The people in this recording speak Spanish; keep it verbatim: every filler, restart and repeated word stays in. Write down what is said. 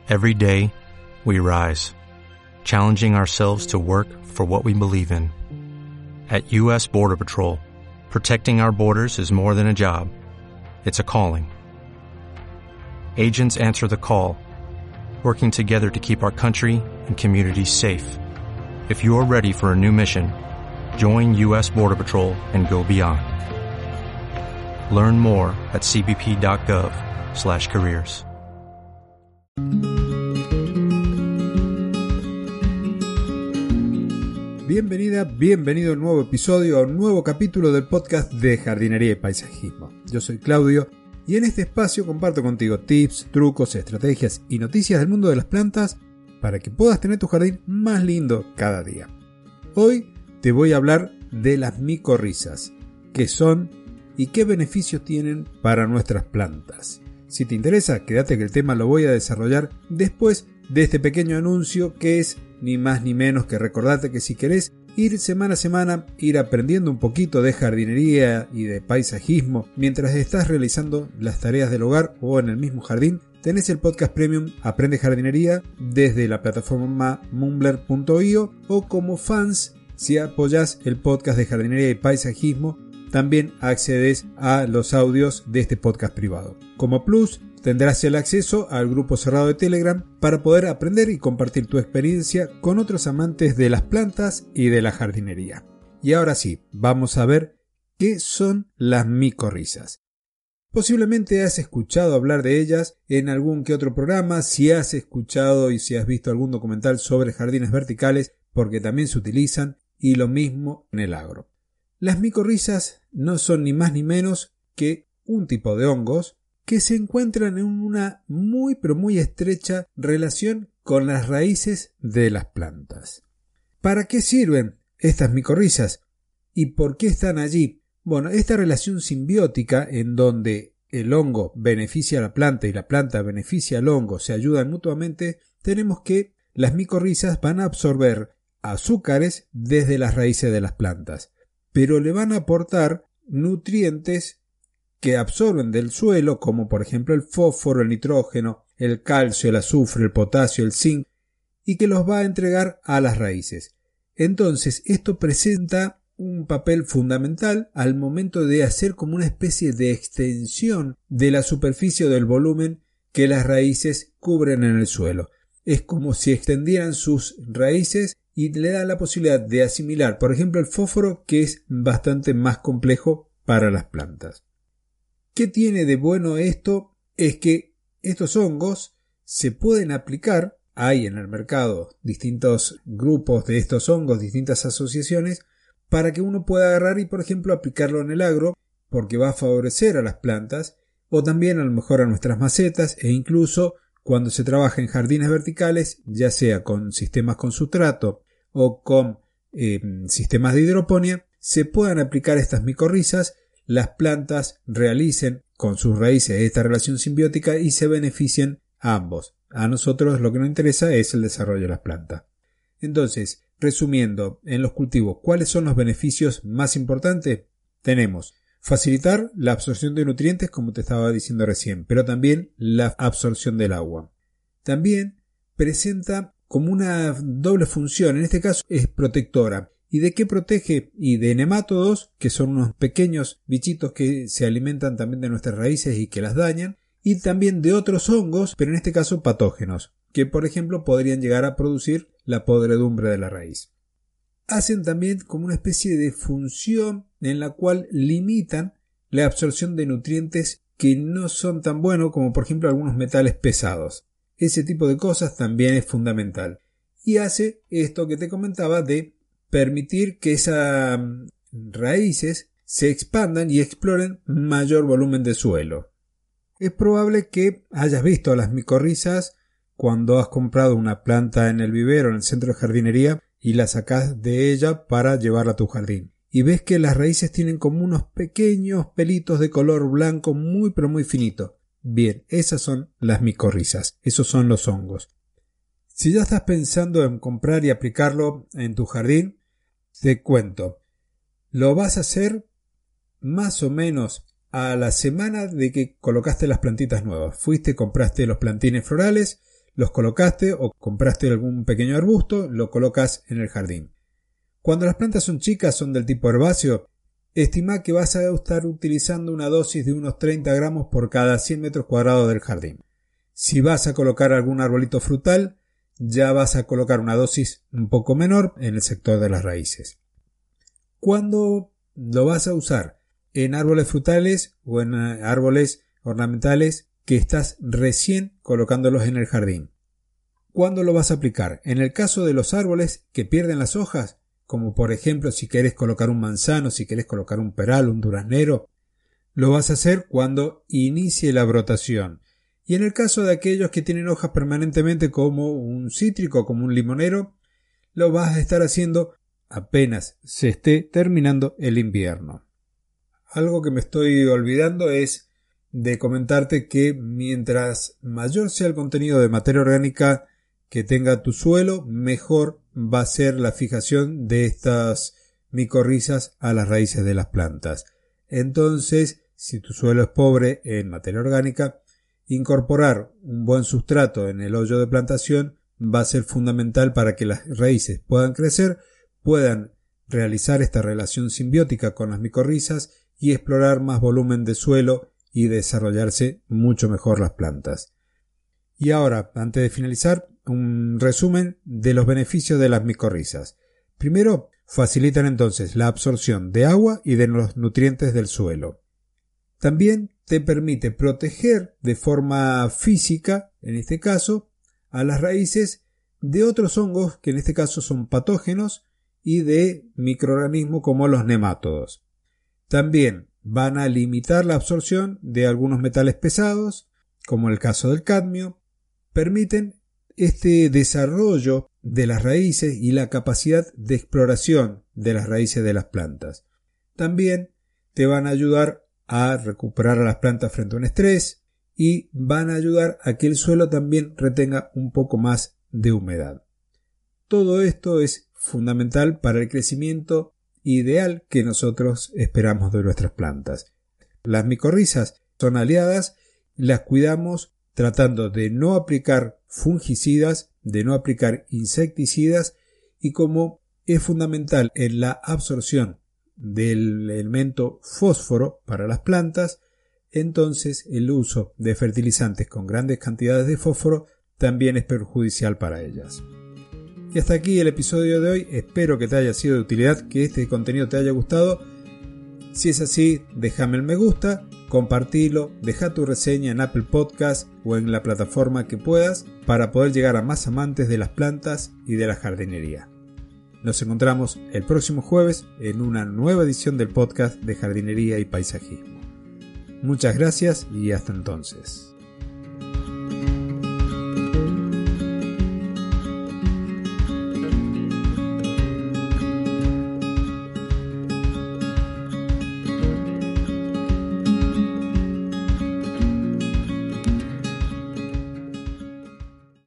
Every day, we rise, challenging ourselves to work for what we believe in. At U S Border Patrol, protecting our borders is more than a job. It's a calling. Agents answer the call, working together to keep our country and communities safe. If you're ready for a new mission, join U S Border Patrol and go beyond. Learn more at c b p dot gov slash careers. Bienvenida, bienvenido a un nuevo episodio, a un nuevo capítulo del podcast de jardinería y paisajismo. Yo soy Claudio y en este espacio comparto contigo tips, trucos, estrategias y noticias del mundo de las plantas para que puedas tener tu jardín más lindo cada día. Hoy te voy a hablar de las micorrizas, qué son y qué beneficios tienen para nuestras plantas. Si te interesa, quédate que el tema lo voy a desarrollar después de este pequeño anuncio que es ni más ni menos que recordarte que si querés ir semana a semana, ir aprendiendo un poquito de jardinería y de paisajismo mientras estás realizando las tareas del hogar o en el mismo jardín, tenés el podcast premium Aprende Jardinería desde la plataforma mumbler punto io o como fans, si apoyás el podcast de jardinería y paisajismo, también accedes a los audios de este podcast privado. Como plus, tendrás el acceso al grupo cerrado de Telegram para poder aprender y compartir tu experiencia con otros amantes de las plantas y de la jardinería. Y ahora sí, vamos a ver qué son las micorrizas. Posiblemente has escuchado hablar de ellas en algún que otro programa, si has escuchado y si has visto algún documental sobre jardines verticales, porque también se utilizan, y lo mismo en el agro. Las micorrizas no son ni más ni menos que un tipo de hongos que se encuentran en una muy pero muy estrecha relación con las raíces de las plantas. ¿Para qué sirven estas micorrizas? ¿Y por qué están allí? Bueno, esta relación simbiótica en donde el hongo beneficia a la planta y la planta beneficia al hongo, se ayudan mutuamente, tenemos que las micorrizas van a absorber azúcares desde las raíces de las plantas, pero le van a aportar nutrientes que absorben del suelo, como por ejemplo el fósforo, el nitrógeno, el calcio, el azufre, el potasio, el zinc, y que los va a entregar a las raíces. Entonces, esto presenta un papel fundamental al momento de hacer como una especie de extensión de la superficie o del volumen que las raíces cubren en el suelo. Es como si extendieran sus raíces y le da la posibilidad de asimilar, por ejemplo, el fósforo, que es bastante más complejo para las plantas. ¿Qué tiene de bueno esto? Es que estos hongos se pueden aplicar, hay en el mercado distintos grupos de estos hongos, distintas asociaciones, para que uno pueda agarrar y, por ejemplo, aplicarlo en el agro, porque va a favorecer a las plantas, o también a lo mejor a nuestras macetas, e incluso cuando se trabaja en jardines verticales, ya sea con sistemas con sustrato o con eh, sistemas de hidroponía, se puedan aplicar estas micorrizas, las plantas realicen con sus raíces esta relación simbiótica y se beneficien a ambos. A nosotros lo que nos interesa es el desarrollo de las plantas. Entonces, resumiendo, en los cultivos, ¿cuáles son los beneficios más importantes? Tenemos facilitar la absorción de nutrientes, como te estaba diciendo recién, pero también la absorción del agua. También presenta como una doble función, en este caso es protectora. ¿Y de qué protege? Y de nemátodos, que son unos pequeños bichitos que se alimentan también de nuestras raíces y que las dañan, y también de otros hongos, pero en este caso patógenos, que por ejemplo podrían llegar a producir la podredumbre de la raíz. Hacen también como una especie de función en la cual limitan la absorción de nutrientes que no son tan buenos como por ejemplo algunos metales pesados. Ese tipo de cosas también es fundamental. Y hace esto que te comentaba de permitir que esas raíces se expandan y exploren mayor volumen de suelo. Es probable que hayas visto las micorrizas cuando has comprado una planta en el vivero, en el centro de jardinería, y la sacas de ella para llevarla a tu jardín. Y ves que las raíces tienen como unos pequeños pelitos de color blanco muy pero muy finito. Bien, esas son las micorrizas, esos son los hongos. Si ya estás pensando en comprar y aplicarlo en tu jardín, te cuento. Lo vas a hacer más o menos a la semana de que colocaste las plantitas nuevas. Fuiste, compraste los plantines florales, los colocaste o compraste algún pequeño arbusto, lo colocas en el jardín. Cuando las plantas son chicas, son del tipo herbáceo, estima que vas a estar utilizando una dosis de unos treinta gramos por cada cien metros cuadrados del jardín. Si vas a colocar algún arbolito frutal, ya vas a colocar una dosis un poco menor en el sector de las raíces. ¿Cuándo lo vas a usar? En árboles frutales o en árboles ornamentales que estás recién colocándolos en el jardín. ¿Cuándo lo vas a aplicar? En el caso de los árboles que pierden las hojas, como por ejemplo si quieres colocar un manzano, si quieres colocar un peral, un duraznero, lo vas a hacer cuando inicie la brotación. Y en el caso de aquellos que tienen hojas permanentemente como un cítrico, como un limonero, lo vas a estar haciendo apenas se esté terminando el invierno. Algo que me estoy olvidando es de comentarte que mientras mayor sea el contenido de materia orgánica que tenga tu suelo, mejor va a ser la fijación de estas micorrizas a las raíces de las plantas. Entonces, si tu suelo es pobre en materia orgánica, incorporar un buen sustrato en el hoyo de plantación va a ser fundamental para que las raíces puedan crecer, puedan realizar esta relación simbiótica con las micorrizas y explorar más volumen de suelo y desarrollarse mucho mejor las plantas. Y ahora, antes de finalizar, un resumen de los beneficios de las micorrizas. Primero, facilitan entonces la absorción de agua y de los nutrientes del suelo. También te permite proteger de forma física, en este caso, a las raíces de otros hongos que en este caso son patógenos y de microorganismos como los nemátodos. También van a limitar la absorción de algunos metales pesados, como el caso del cadmio. Permiten este desarrollo de las raíces y la capacidad de exploración de las raíces de las plantas. También te van a ayudar a recuperar a las plantas frente a un estrés y van a ayudar a que el suelo también retenga un poco más de humedad. Todo esto es fundamental para el crecimiento ideal que nosotros esperamos de nuestras plantas. Las micorrizas son aliadas, las cuidamos tratando de no aplicar fungicidas, de no aplicar insecticidas y como es fundamental en la absorción del elemento fósforo para las plantas, entonces el uso de fertilizantes con grandes cantidades de fósforo también es perjudicial para ellas. Y hasta aquí el episodio de hoy, espero que te haya sido de utilidad, que este contenido te haya gustado. Si es así, déjame el me gusta, compartilo, deja tu reseña en Apple Podcast o en la plataforma que puedas para poder llegar a más amantes de las plantas y de la jardinería. Nos encontramos el próximo jueves en una nueva edición del podcast de jardinería y paisajismo. Muchas gracias y hasta entonces.